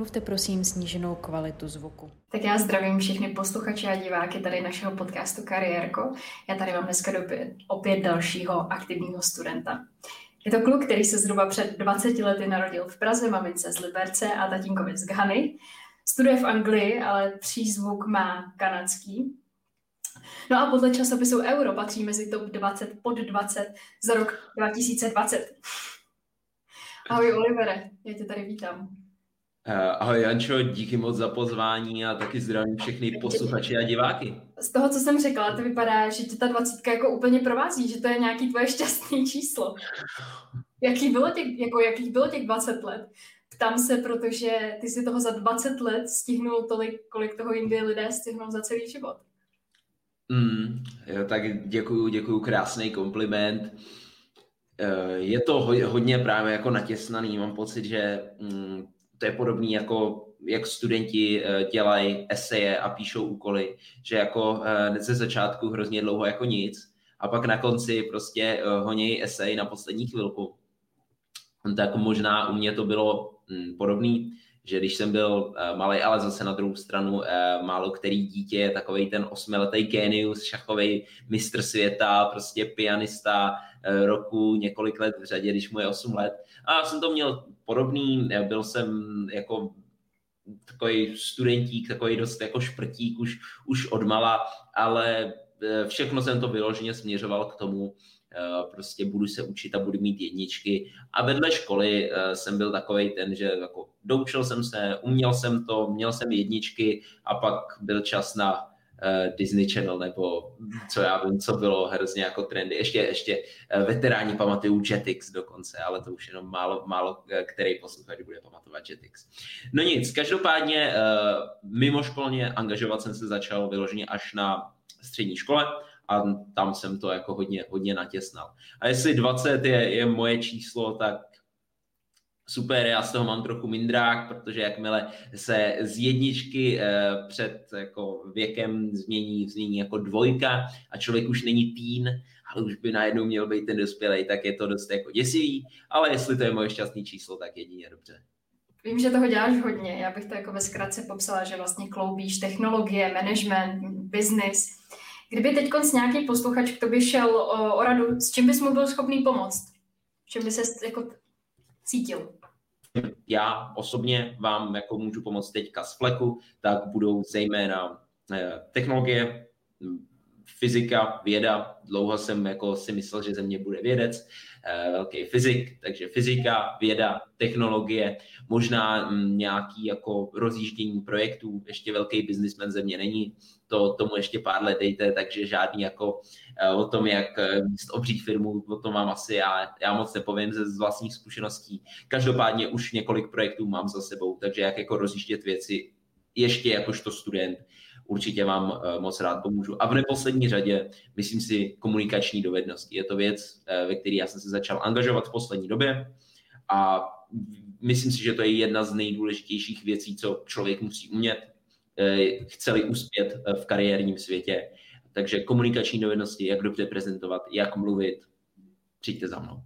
omluvte prosím sníženou kvalitu zvuku. Tak já zdravím všechny posluchače a diváky tady našeho podcastu Kariérko. Já tady mám dneska opět dalšího aktivního studenta. Je to kluk, který se zhruba před 20 lety narodil v Praze, mamince z Liberce a tatínkovi z Ghany. Studuje v Anglii, ale přízvuk má kanadský. No a podle časopisu Euro patří mezi top 20 pod 20 za rok 2020. Ahoj Olivere, já tě tady vítám. Ahoj Jančo, díky moc za pozvání a taky zdravím všechny posluchače a diváky. Z toho, co jsem řekla, to vypadá, že tě ta 20 jako úplně provází, že to je nějaký tvoje šťastné číslo. Jakých bylo těch 20 let? Ptám se, protože ty si toho za 20 let stihnul tolik, kolik toho jindy lidé stihnou za celý život. Jo, tak děkuju, krásný kompliment. Je to hodně právě jako natěsnaný, mám pocit, že to je podobný jako jak studenti dělají eseje a píšou úkoly, že jako ze začátku hrozně dlouho jako nic a pak na konci prostě honí esej na poslední chvilku. Tak možná u mě to bylo podobný, že když jsem byl malý, ale zase na druhou stranu málo který dítě je takovej ten 8letý génius, šachový mistr světa, prostě pianista roku, několik let v řadě, když mu je 8 let. A já jsem to měl podobný, byl jsem jako takový studentík, takový dost jako šprtík už odmala, ale všechno jsem to vyloženě směřoval k tomu, prostě budu se učit a budu mít jedničky. A vedle školy jsem byl takovej ten, že jako doučil jsem se, uměl jsem to, měl jsem jedničky a pak byl čas na Disney Channel nebo co já vím, co bylo hrozně jako trendy. Ještě veteráni pamatují Jetix dokonce, ale to už jenom málo který posluchač bude pamatovat Jetix. No nic, každopádně mimoškolně angažovat jsem se začal vyloženě až na střední škole a tam jsem to jako hodně natěsnal. A jestli 20 je moje číslo, tak super, já z toho mám trochu mindrák, protože jakmile se z jedničky před jako věkem změní jako 2 a člověk už není teen, ale už by najednou měl být ten dospělej, tak je to dost jako děsivý, ale jestli to je moje šťastný číslo, tak jedině dobře. Vím, že toho děláš hodně, já bych to jako ve zkratce popsala, že vlastně kloubíš technologie, management, business. Kdyby teď nějaký posluchač k tobě šel o radu, s čím bys mu byl schopný pomoct? V čem by ses jako cítil? Já osobně vám jako můžu pomoct teďka z fleku, tak budou zejména technologie, fyzika, věda. Dlouho jsem jako si myslel, že ze mě bude vědec, velký fyzik, takže fyzika, věda, technologie, možná nějaký jako rozjíždění projektů, ještě velký businessman ze mě není, tomu ještě pár let dejte, takže žádný jako o tom, jak míst obří firmu, o tom mám asi já moc nepovím z vlastních zkušeností. Každopádně už několik projektů mám za sebou, takže jak jako rozjíždět věci ještě jakožto student, určitě vám moc rád pomůžu. A v neposlední řadě, myslím si, komunikační dovednosti. Je to věc, ve které já jsem se začal angažovat v poslední době a myslím si, že to je jedna z nejdůležitějších věcí, co člověk musí umět, chce-li uspět v kariérním světě. Takže komunikační dovednosti, jak dobře prezentovat, jak mluvit, přijďte za mnou.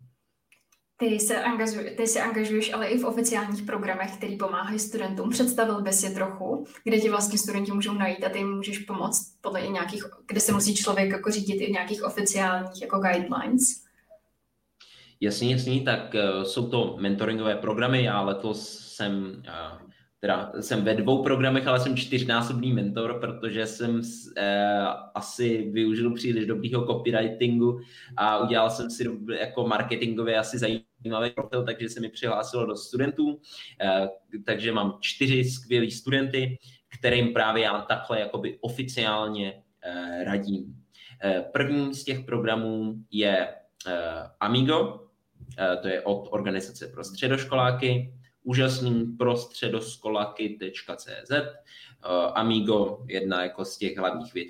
Ty se angažuješ ale i v oficiálních programech, který pomáhají studentům. Představil bys je trochu, kde ti vlastně studenti můžou najít a ty jim můžeš pomoct podle i nějakých, kde se musí člověk jako řídit i nějakých oficiálních jako guidelines. Jasně, tak jsou to mentoringové programy. Já letos jsem ve 2 programech, ale jsem 4násobný mentor, protože jsem asi využil příliš dobrýho copywritingu a udělal jsem si jako marketingově asi zajímavý profil, takže se mi přihlásilo do studentů. Takže mám 4 skvělý studenty, kterým právě já takhle jakoby oficiálně radím. První z těch programů je Amigo, to je od organizace pro středoškoláky, úžasný pro středoškoláky.cz. Amigo, jedna jako z těch hlavních věcí.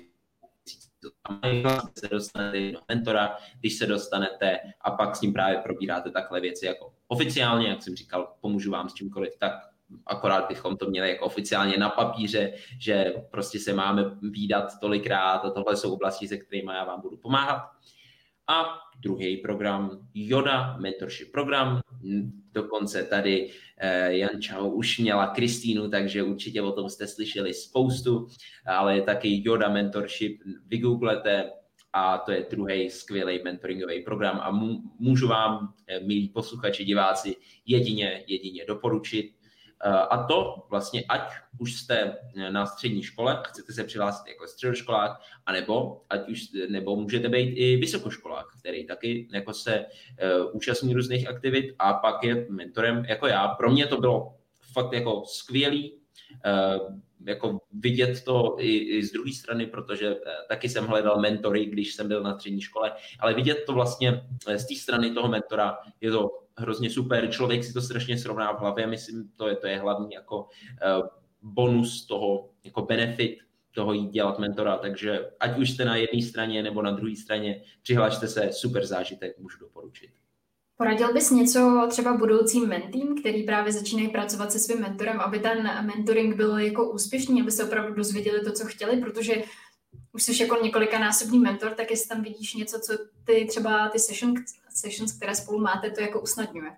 Se dostanete do mentora, když se dostanete a pak s ním právě probíráte takhle věci jako oficiálně, jak jsem říkal, pomůžu vám s čímkoliv, tak akorát bychom to měli jako oficiálně na papíře, že prostě se máme vídat tolikrát a tohle jsou oblasti, se kterými já vám budu pomáhat. A druhý program, Yoda Mentorship program, dokonce tady Jan Čau už měla Kristýnu, takže určitě o tom jste slyšeli spoustu, ale je taky Yoda Mentorship, vygooglete a to je druhý skvělý mentoringový program a můžu vám, milí posluchači, diváci, jedině doporučit. A to vlastně, ať už jste na střední škole, chcete se přihlásit jako středoškolák, nebo můžete být i vysokoškolák, který taky jako se účastní různých aktivit a pak je mentorem jako já. Pro mě to bylo fakt jako skvělý, jako vidět to i z druhé strany, protože taky jsem hledal mentory, když jsem byl na střední škole, ale vidět to vlastně z té strany toho mentora je to hrozně super, člověk si to strašně srovná v hlavě, myslím, to je hlavní jako bonus toho, jako benefit toho jít dělat mentora, takže ať už jste na jedné straně nebo na druhé straně, přihlašte se, super zážitek, můžu doporučit. Poradil bys něco třeba budoucím mentým, který právě začínají pracovat se svým mentorem, aby ten mentoring byl jako úspěšný, aby se opravdu dozvěděli to, co chtěli, protože už jsi jako několikanásobný mentor, tak jestli tam vidíš něco, co ty třeba ty sessions, které spolu máte, to jako usnadňuje.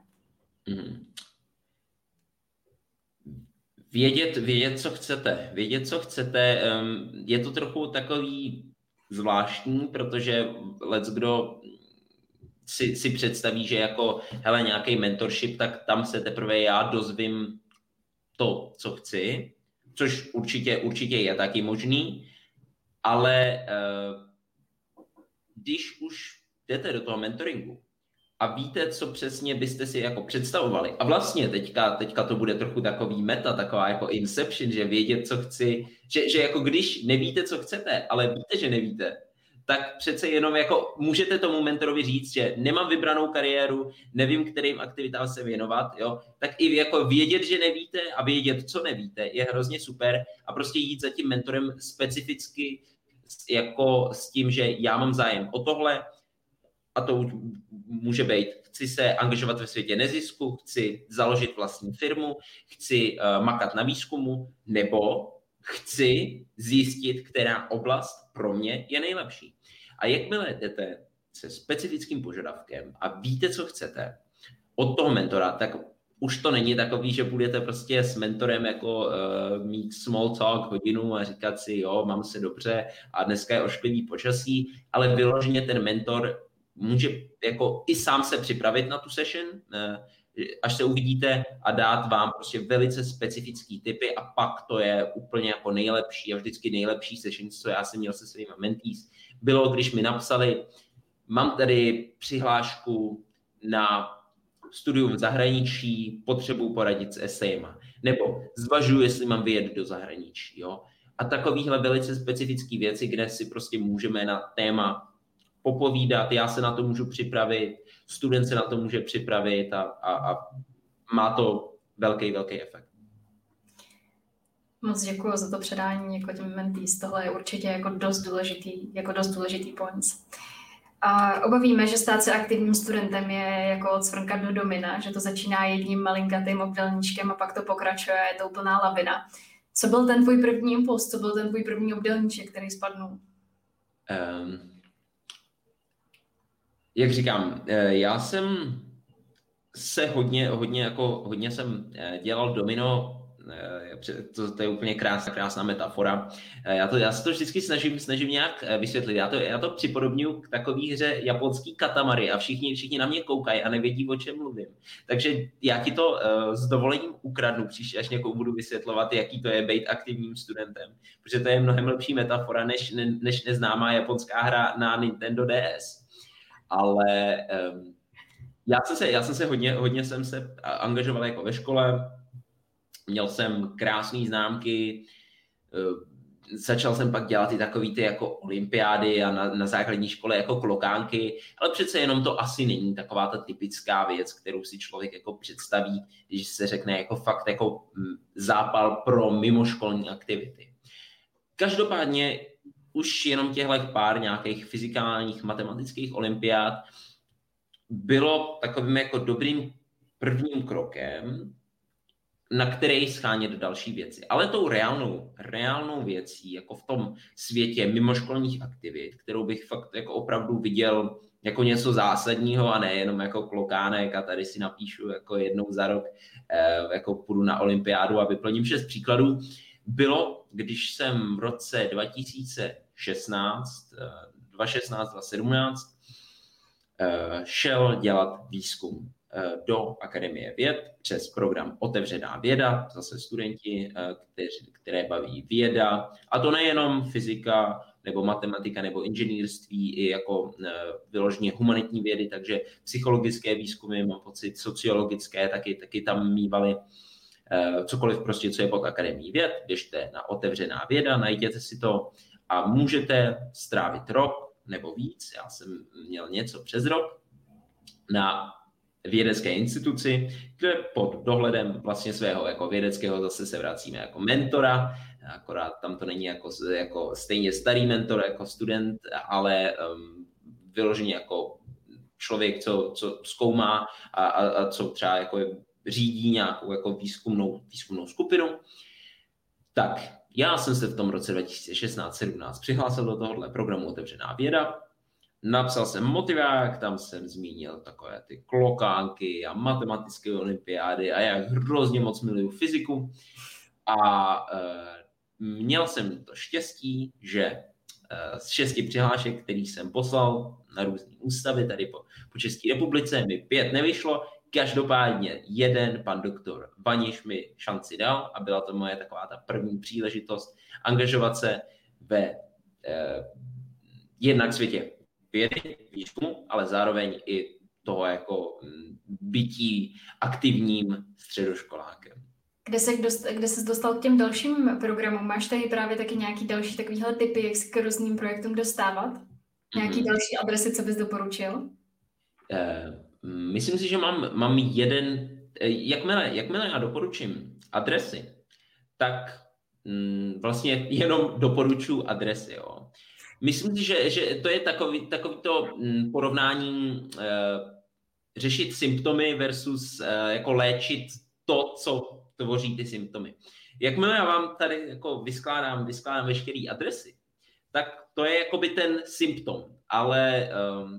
Vědět, co chcete. Je to trochu takový zvláštní, protože leckdo si představí, že jako hele, nějaký mentorship, tak tam se teprve já dozvím to, co chci, což určitě je taky možný, ale když už jdete do toho mentoringu a víte, co přesně byste si jako představovali, a vlastně teďka to bude trochu takový meta, taková jako inception, že vědět, co chci, že jako když nevíte, co chcete, ale víte, že nevíte, tak přece jenom jako můžete tomu mentorovi říct, že nemám vybranou kariéru, nevím, kterým aktivitám se věnovat, jo, tak i jako vědět, že nevíte a vědět, co nevíte, je hrozně super a prostě jít za tím mentorem specificky jako s tím, že já mám zájem o tohle a to může být, chci se angažovat ve světě nezisku, chci založit vlastní firmu, chci makat na výzkumu, nebo chci zjistit, která oblast pro mě je nejlepší. A jakmile jdete se specifickým požadavkem a víte, co chcete od toho mentora, tak už to není takový, že budete prostě s mentorem jako mít small talk hodinu a říkat si, jo, mám se dobře a dneska je ošklivý počasí, ale vyloženě ten mentor může jako i sám se připravit na tu session, až se uvidíte a dát vám prostě velice specifický tipy a pak to je úplně jako nejlepší a vždycky nejlepší session, co já jsem měl se svými mentees, bylo, když mi napsali, mám tady přihlášku na studium v zahraničí, potřebuji poradit s esejema, nebo zvažuji, jestli mám vyjet do zahraničí, jo. A takovýhle velice specifické věci, kde si prostě můžeme na téma popovídat, já se na to můžu připravit, student se na to může připravit a má to velký efekt. Moc děkuji za to předání jako těm mentees. Tohle je určitě jako dost důležitý point. A obavíme, že stát se aktivním studentem je jako cvrnkat do domina, že to začíná jedním malinkatým obdélníčkem a pak to pokračuje a je to úplná lavina. Co byl ten tvůj první impuls? Co byl ten tvůj první obdélníček, který spadnul? Jak říkám, já jsem se hodně jsem dělal domino, to je úplně krásná metafora. Já se to vždycky snažím nějak vysvětlit. Já to připodobňuji k takové hře japonský Katamari a všichni na mě koukají a nevědí, o čem mluvím. Takže já ti to s dovolením ukradnu příště, až někomu budu vysvětlovat, jaký to je být aktivním studentem. Protože to je mnohem lepší metafora, než neznámá japonská hra na Nintendo DS. Ale já jsem se hodně jsem se angažoval jako ve škole, měl jsem krásné známky, začal jsem pak dělat i takový ty jako olympiády a na základní škole jako klokánky, ale přece jenom to asi není taková ta typická věc, kterou si člověk jako představí, když se řekne jako fakt jako zápal pro mimoškolní aktivity. Každopádně už jenom těchto pár nějakých fyzikálních, matematických olympiád bylo takovým jako dobrým prvním krokem, na který schánět další věci. Ale tou reálnou věcí, jako v tom světě mimoškolních aktivit, kterou bych fakt jako opravdu viděl jako něco zásadního a nejenom jako klokánek a tady si napíšu jako jednou za rok, jako půjdu na olympiádu a vyplním 6 příkladů, bylo, když jsem v roce 2016, 2017 šel dělat výzkum do Akademie věd přes program Otevřená věda, zase studenti, které baví věda, a to nejenom fyzika nebo matematika nebo inženýrství, i jako vyloženě humanitní vědy, takže psychologické výzkumy, mám pocit, sociologické, taky tam mívali cokoliv prostě, co je pod Akademií věd. Běžte na Otevřená věda, najděte si to a můžete strávit rok nebo víc, já jsem měl něco přes rok, na vědecké instituci, kde pod dohledem vlastně svého jako vědeckého, zase se vracíme jako mentora, akorát tam to není jako stejně starý mentor jako student, ale vyloženě jako člověk, co zkoumá a co třeba jako řídí nějakou jako výzkumnou skupinu. Tak já jsem se v tom roce 2016-17 přihlásil do tohohle programu Otevřená věda. Napsal jsem motivák, tam jsem zmínil takové ty klokánky a matematické olympiády a jak hrozně moc miluju fyziku. A měl jsem to štěstí, že z 6 přihlášek, který jsem poslal na různé ústavy tady po České republice, mi 5 nevyšlo. Každopádně jeden pan doktor Vaniš mi šanci dal a byla to moje taková ta první příležitost angažovat se ve jednak světě vědy, výzkumu, ale zároveň i toho jako bytí aktivním středoškolákem. Kde ses dostal k těm dalším programům? Máš tady právě taky nějaký další takovýhle tipy, jak se k různým projektům dostávat? Nějaký další adresy, co bys doporučil? Myslím si, že mám jeden, jakmile já doporučím adresy, tak vlastně jenom doporučuji adresy. Jo. Myslím si, že to je takový to porovnání řešit symptomy versus jako léčit to, co tvoří ty symptomy. Jakmile já vám tady jako vyskládám veškeré adresy, tak to je jakoby ten symptom, ale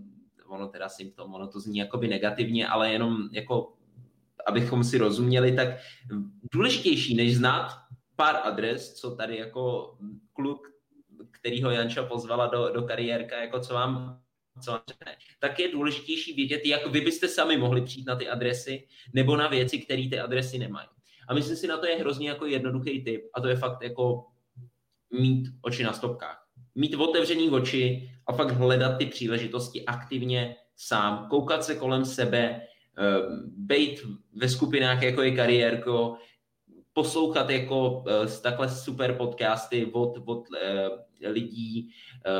ono to zní jakoby negativně, ale jenom jako, abychom si rozuměli, tak důležitější, než znát pár adres, co tady jako kluk, kterýho Janča pozvala do kariérka, jako co vám řekne, tak je důležitější vědět, jak vy byste sami mohli přijít na ty adresy nebo na věci, které ty adresy nemají. A myslím si, na to je hrozně jako jednoduchý tip a to je fakt jako mít oči na stopkách. Mít otevřený oči a fakt hledat ty příležitosti aktivně sám, koukat se kolem sebe, bejt ve skupinách, jako je Kariérko, poslouchat jako takhle super podcasty od lidí,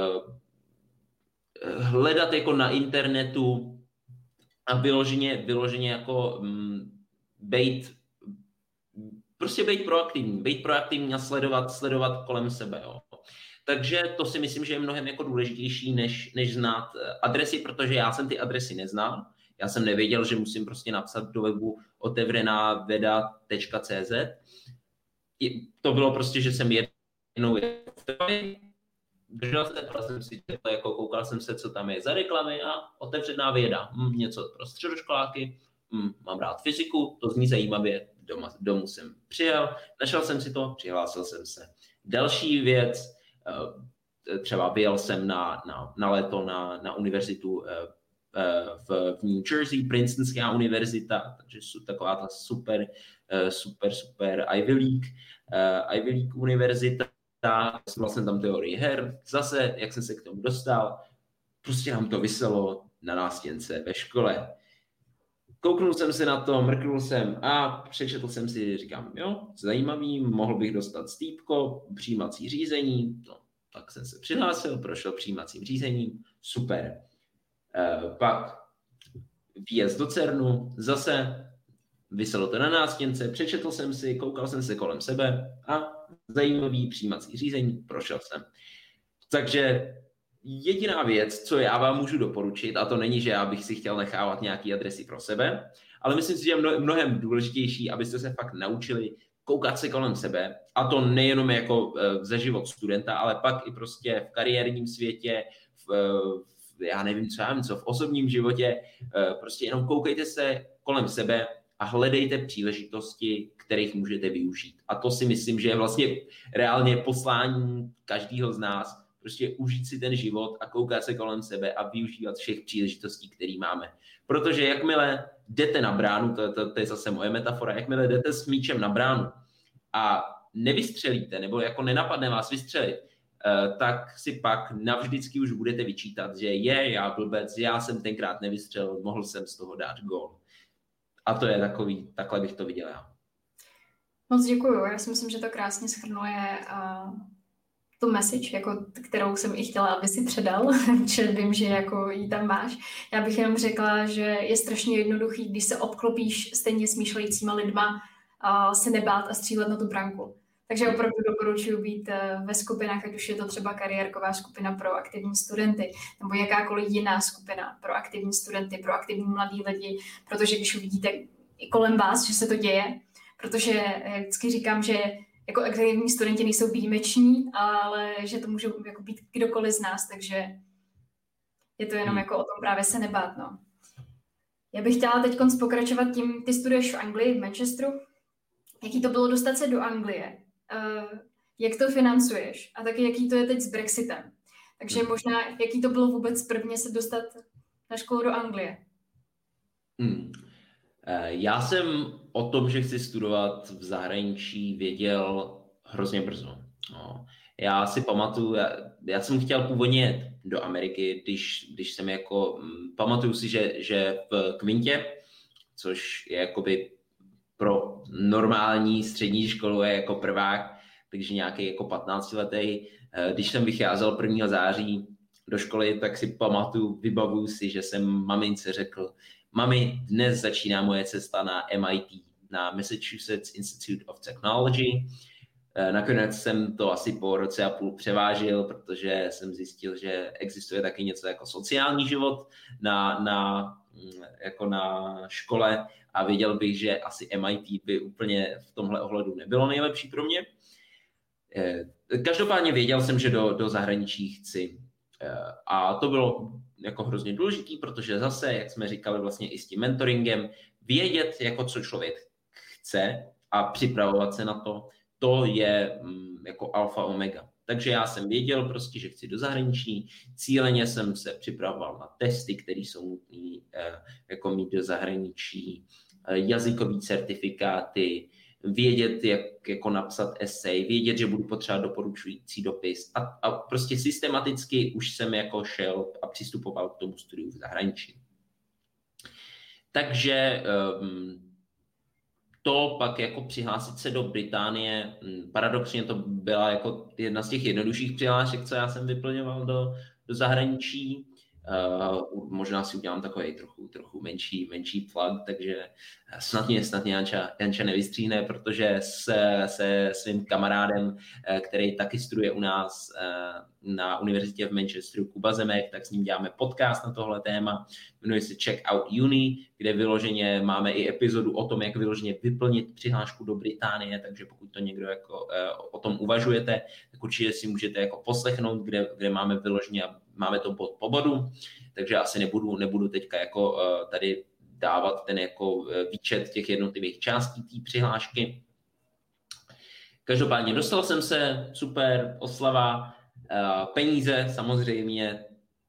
hledat jako na internetu a vyloženě jako bejt proaktivní a sledovat kolem sebe. Jo. Takže to si myslím, že je mnohem jako důležitější, než znát adresy, protože já jsem ty adresy neznal. Já jsem nevěděl, že musím prostě napsat do webu otevrenaveda.cz. To bylo prostě, že jsem jednou držel jsem si jako koukal jsem se, co tam je za reklamy a Otevřená věda. Něco pro středoškoláky, mám rád fyziku, to zní zajímavě, domů jsem přijel, našel jsem si to, přihlásil jsem se. Další věc, třeba vyjel jsem na léto na univerzitu v New Jersey, Princetonská univerzita, takže taková ta super Ivy League univerzita. Studoval jsem tam teorii her. Zase, jak jsem se k tomu dostal, prostě nám to viselo na nástěnce ve škole. Kouknul jsem se na to, mrknul jsem a přečetl jsem si, říkám, jo, zajímavý, mohl bych dostat stýpko, přijímací řízení, no, tak jsem se přihlásil, prošel přijímacím řízením, super. Pak výjezd do CERNu, zase viselo to na nástěnce, přečetl jsem si, koukal jsem se kolem sebe a zajímavý přijímací řízení, prošel jsem. Takže jediná věc, co já vám můžu doporučit, a to není, že já bych si chtěl nechávat nějaké adresy pro sebe, ale myslím si, že je mnohem důležitější, abyste se fakt naučili koukat se kolem sebe, a to nejenom jako za život studenta, ale pak i prostě v kariérním světě, já nevím, co v osobním životě, prostě jenom koukejte se kolem sebe a hledejte příležitosti, kterých můžete využít. A to si myslím, že je vlastně reálně poslání každého z nás, prostě užít si ten život a koukat se kolem sebe a využívat všech příležitostí, které máme. Protože jakmile jdete na bránu, to je zase moje metafora, jakmile jdete s míčem na bránu a nevystřelíte, nebo jako nenapadne vás vystřelit, tak si pak navždycky už budete vyčítat, že já blbec, já jsem tenkrát nevystřelil, mohl jsem z toho dát gól. A to je takhle bych to viděl já. Moc děkuju, já si myslím, že to krásně shrnuje tu message, jako, kterou jsem i chtěla, aby si předal, že vím, že jako ji tam máš. Já bych jenom řekla, že je strašně jednoduchý, když se obklopíš stejně smýšlejícíma lidma, se nebát a střílet na tu branku. Takže opravdu doporučuji být ve skupinách, ať už je to třeba kariérková skupina pro aktivní studenty, nebo jakákoliv jiná skupina pro aktivní studenty, pro aktivní mladí lidi, protože když uvidíte i kolem vás, že se to děje, protože jak vždycky říkám, že jako aktivní studenti nejsou výjimeční, ale že to může jako být kdokoliv z nás, takže je to jenom jako o tom právě se nebát. No. Já bych chtěla teď pokračovat tím, ty studuješ v Anglii, v Manchesteru. Jaký to bylo dostat se do Anglie? Jak to financuješ? A taky jaký to je teď s Brexitem? Takže možná, jaký to bylo vůbec prvně se dostat na školu do Anglie? Já jsem o tom, že chci studovat v zahraničí, věděl hrozně brzo. No. Já si pamatuju, já jsem chtěl původně jet do Ameriky, když jsem jako, pamatuju si, že v Quintě, což je jakoby pro normální střední školu je jako prvák, takže nějaký jako 15letý. Když jsem vycházel 1. září do školy, tak si pamatuju, vybavuju si, že jsem mamince řekl, mami, dnes začíná moje cesta na MIT, na Massachusetts Institute of Technology. Nakonec jsem to asi po roce a půl převážil, protože jsem zjistil, že existuje taky něco jako sociální život na škole a věděl bych, že asi MIT by úplně v tomhle ohledu nebylo nejlepší pro mě. Každopádně věděl jsem, že do zahraničí chci. A to bylo jako hrozně důležitý, protože zase, jak jsme říkali vlastně i s tím mentoringem, vědět, jako co člověk chce a připravovat se na to je jako alfa omega. Takže já jsem věděl prostě, že chci do zahraničí, cíleně jsem se připravoval na testy, které jsou nutné jako mít do zahraničí, jazykové certifikáty, vědět, jak jako napsat esej, vědět, že budu potřebovat doporučující dopis a prostě systematicky už jsem jako šel a přistupoval k tomu studiu v zahraničí. Takže to pak jako přihlásit se do Británie, paradoxně to byla jako jedna z těch jednodušších přihlášek, co já jsem vyplňoval do zahraničí. Možná si udělám takový trochu menší plug, takže snad mě Janča nevystříhne, protože se svým kamarádem, který taky studuje u nás na univerzitě v Manchesteru, Kuba Zemek, tak s ním děláme podcast na tohle téma. Jmenuje se Check Out Uni, kde vyloženě máme i epizodu o tom, jak vyloženě vyplnit přihlášku do Británie, takže pokud to někdo jako o tom uvažujete, tak určitě si můžete jako poslechnout, kde máme vyloženě, máme to bod po bodu, takže asi nebudu teďka jako tady dávat ten jako výčet těch jednotlivých částí té přihlášky. Každopádně dostal jsem se, super, oslava, peníze, samozřejmě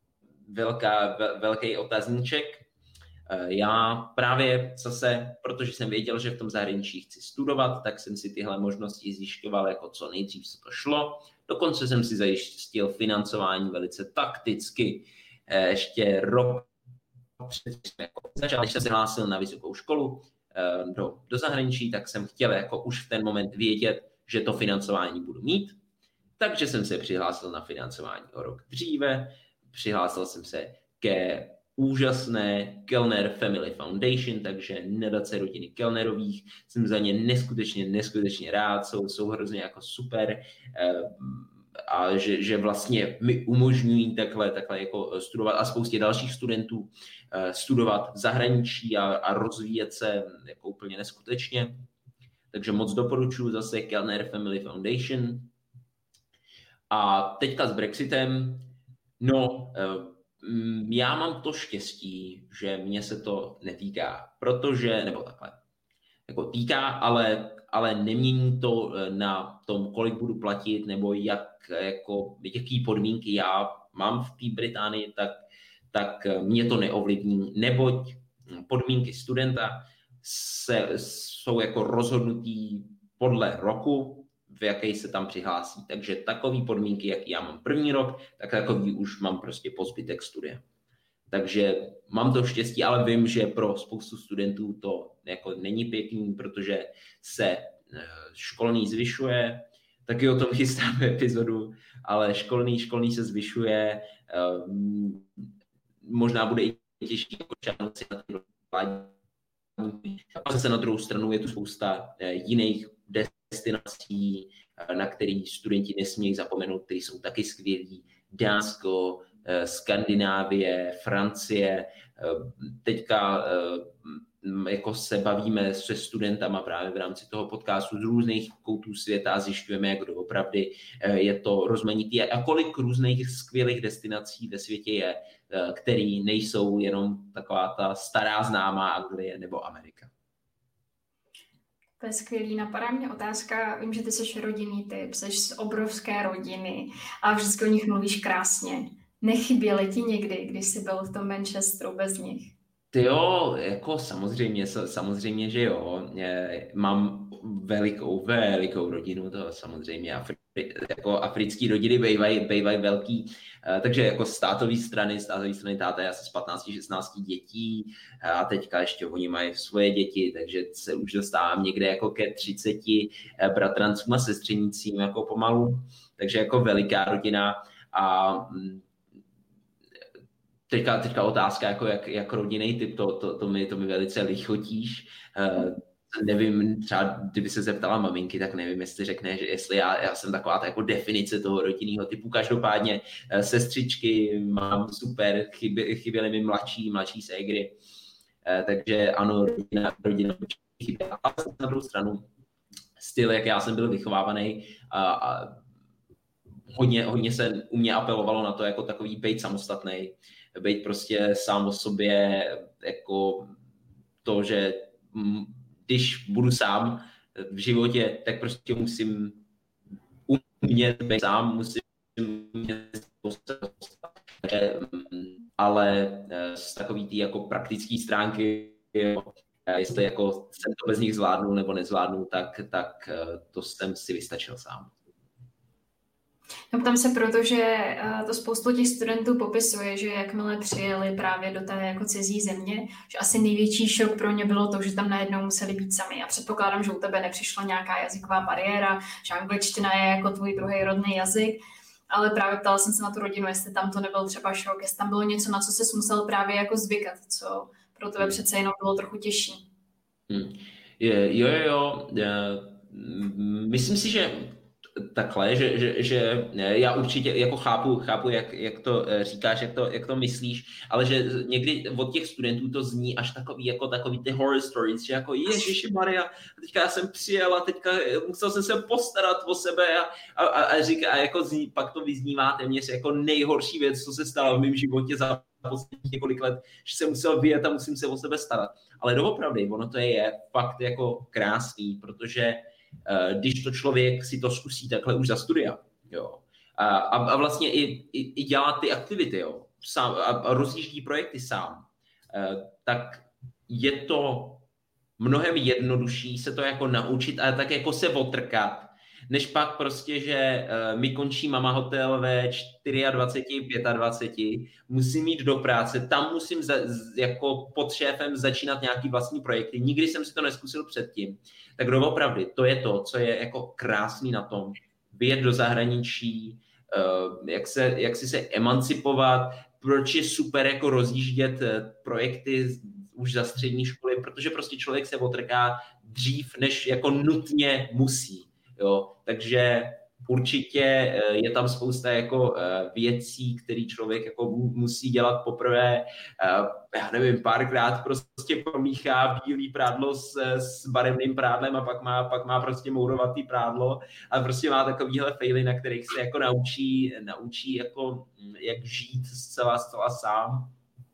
velký otazníček. Já právě zase, protože jsem věděl, že v tom zahraničí chci studovat, tak jsem si tyhle možnosti zjišťoval jako co nejdřív se to šlo. Dokonce jsem si zajistil financování velice takticky. Ještě rok předtím začal, když jsem se hlásil na vysokou školu do zahraničí, tak jsem chtěl jako už v ten moment vědět, že to financování budu mít. Takže jsem se přihlásil na financování o rok dříve. Přihlásil jsem se ke úžasné Kellner Family Foundation, takže nadace rodiny Kellnerových. Jsem za ně neskutečně rád, jsou hrozně jako super a že vlastně mi umožňují takhle jako studovat a spoustě dalších studentů studovat v zahraničí a rozvíjet se jako úplně neskutečně. Takže moc doporučuji zase Kellner Family Foundation. A teďka s Brexitem, Já mám to štěstí, že mě se to netýká, protože, nebo takhle, jako týká, ale nemění to na tom, kolik budu platit, nebo jaký podmínky já mám v té Británii, tak mě to neovlivní, neboť podmínky studenta jsou jako rozhodnutý podle roku, v jaký se tam přihlásí. Takže takový podmínky, jak já mám první rok, tak takový už mám prostě po zbytek studia. Takže mám to štěstí, ale vím, že pro spoustu studentů to jako není pěkný, protože se školný zvyšuje, taky o tom chystáme epizodu, ale školný se zvyšuje, možná bude i těžší jako šanci na ten a zase na druhou stranu je tu spousta jiných destinací, na který studenti nesmějí zapomenout, které jsou taky skvělí. Dánsko, Skandinávie, Francie. Teďka jako se bavíme se studentama právě v rámci toho podcastu z různých koutů světa a zjišťujeme, jak doopravdy je to rozmanitý a kolik různých skvělých destinací ve světě je, který nejsou jenom taková ta stará známá Anglie nebo Amerika. To je skvělý. Napadá mě otázka, vím, že ty jsi rodinný typ, jsi z obrovské rodiny a vždycky o nich mluvíš krásně. Nechyběly ti někdy, když jsi byl v tom Manchesteru bez nich? Ty jo, jako samozřejmě, že jo. Mám velikou rodinu, to samozřejmě. Jako africký rodiny bývají velký, takže jako z tátové strany táta je asi z 15-16 dětí a teďka ještě oni mají svoje děti, takže se už dostávám někde jako ke 30 bratrancům a sestřenicím jako pomalu, takže jako veliká rodina a teďka otázka, jako jak rodinný typ, to mi velice lichotíš. Nevím, třeba kdyby se zeptala maminky, tak nevím, jestli řekne, že jestli já jsem taková ta jako definice toho rodinného typu. Každopádně sestřičky mám super, chyběly mi mladší ségry. Takže ano, rodina chyběla. A na druhou stranu styl, jak já jsem byl vychovávaný, a hodně se u mě apelovalo na to, jako takový bejt samostatnej, bejt prostě sám o sobě, jako to, že když budu sám v životě, tak prostě musím umět být sám, musím umět postavit. Ale z takový ty jako praktické stránky, jestli jako jsem to bez nich zvládnu nebo nezvládnu, tak to jsem si vystačil sám. No, ptám se proto, že to spoustu těch studentů popisuje, že jakmile přijeli právě do té jako cizí země, že asi největší šok pro ně bylo to, že tam najednou museli být sami. A předpokládám, že u tebe nepřišla nějaká jazyková bariéra, že angličtina je jako tvůj druhý rodný jazyk, ale právě ptala jsem se na tu rodinu, jestli tam to nebyl třeba šok, jestli tam bylo něco, na co jsi musel právě jako zvykat, co pro tebe přece jenom bylo trochu těžší. Jo. Myslím si, že takhle, že já určitě jako chápu, jak to říkáš, jak to myslíš, ale že někdy od těch studentů to zní až takový ty horror stories, že jako Ježišimaria, teďka já jsem přijel a teďka musel jsem se postarat o sebe a jako pak to vyznívá téměř jako nejhorší věc, co se stalo v mém životě za posledních několik let, že jsem musel vyjet a musím se o sebe starat. Ale doopravdy, ono to je fakt jako krásný, protože když to člověk si to zkusí takhle už za studia, jo, a vlastně i dělá ty aktivity, jo, sám, a rozjíždí projekty sám, tak je to mnohem jednodušší se to jako naučit a tak jako se otrkat, než pak prostě, že mi končí mama hotel ve 24, 25, musím jít do práce, tam musím jako pod šéfem začínat nějaký vlastní projekty. Nikdy jsem si to neskusil předtím. Tak doopravdy, to je to, co je jako krásný na tom, vyjet do zahraničí, jak si se emancipovat, proč je super jako rozjíždět projekty už za střední školy, protože prostě člověk se otrká dřív, než jako nutně musí. Jo, takže Určitě je tam spousta jako věcí, které člověk jako musí dělat poprvé. Já nevím, párkrát prostě promíchá bílý prádlo s barevným prádlem a pak má prostě mourovatý prádlo a prostě má takovýhle faily, na kterých se jako naučí jako jak žít zcela sám.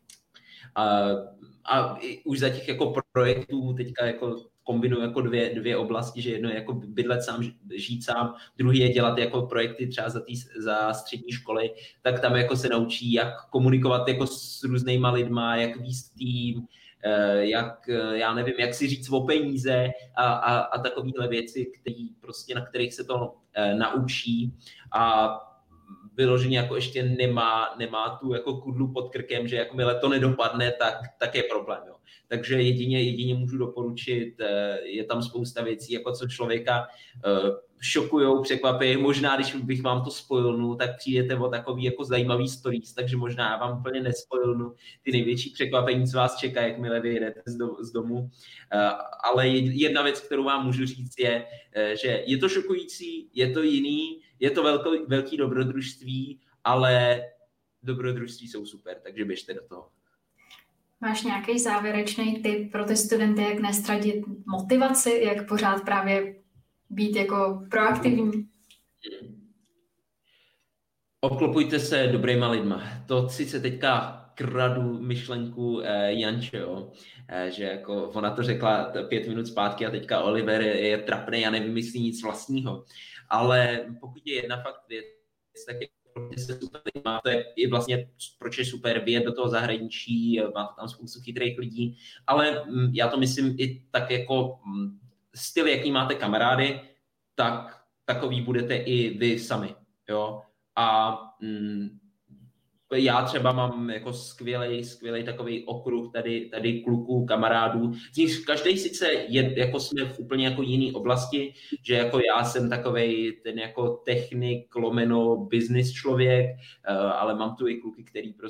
A už za těch jako projektů teďka jako kombinuju jako dvě oblasti, že jedno je jako bydlet sám, žít sám, druhý je dělat jako projekty třeba za střední školy, tak tam jako se naučí, jak komunikovat jako s různýma lidma, jak vést tým, já nevím, jak si říct o peníze a takovéhle věci, na kterých se to naučí a vyloženě jako ještě nemá tu jako kudlu pod krkem, že jakmile to nedopadne, tak je problém. Jo. Takže jedině můžu doporučit, je tam spousta věcí, jako co člověka šokujou, překvapí. Možná, když bych vám to spoilnul, tak přijdete o takový jako zajímavý stories, takže možná já vám úplně nespoilnu ty největší překvapení, co vás čeká, jakmile vyjedete z domu. Ale jedna věc, kterou vám můžu říct, je, že je to šokující, je to jiný, je to velký dobrodružství, ale dobrodružství jsou super, takže běžte do toho. Máš nějaký závěrečný tip pro ty studenty, jak nestratit motivaci, jak pořád právě být jako proaktivní? Obklopujte se dobrýma lidma. To sice teďka kradu myšlenku Janče, jo? Že jako ona to řekla 5 minut zpátky a teďka Oliver je trapnej a nevymyslí nic vlastního. Ale pokud je jedna fakt věc, tak je se super máte, je vlastně, proč je super vyjet do toho zahraničí, máte tam spoustu chytrých lidí, ale já to myslím i tak jako styl, jaký máte kamarády, tak takový budete i vy sami, jo. A já třeba mám jako skvělej takový okruh tady kluků, kamarádů. Z nich každý sice je, jako jsme v úplně jako jiný oblasti, že jako já jsem takovej ten jako technik, lomeno business člověk, ale mám tu i kluky,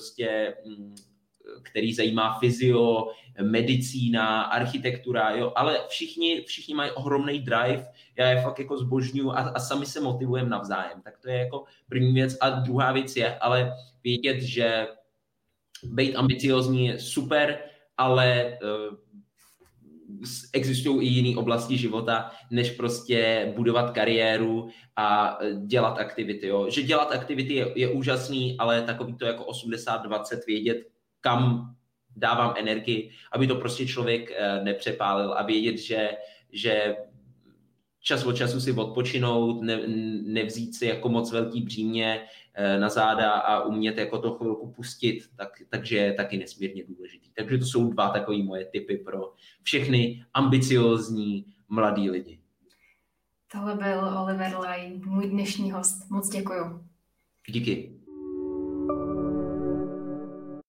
který zajímá fyzio, medicína, architektura, jo, ale všichni mají ohromný drive, já je fakt jako zbožňuju a sami se motivujeme navzájem, tak to je jako první věc a druhá věc je, ale vědět, že být ambiciózní je super, ale existují i jiné oblasti života, než prostě budovat kariéru a dělat aktivity, jo. Že dělat aktivity je úžasný, ale takový to jako 80-20 vědět, kam dávám energii, aby to prostě člověk nepřepálil a vědět, že čas od času si odpočinout, nevzít si jako moc velký břímě na záda a umět jako to chvilku pustit, takže je taky nesmírně důležitý. Takže to jsou 2 takové moje tipy pro všechny ambiciózní mladí lidi. Tohle byl Oliver Lai, můj dnešní host. Moc děkuju. Díky.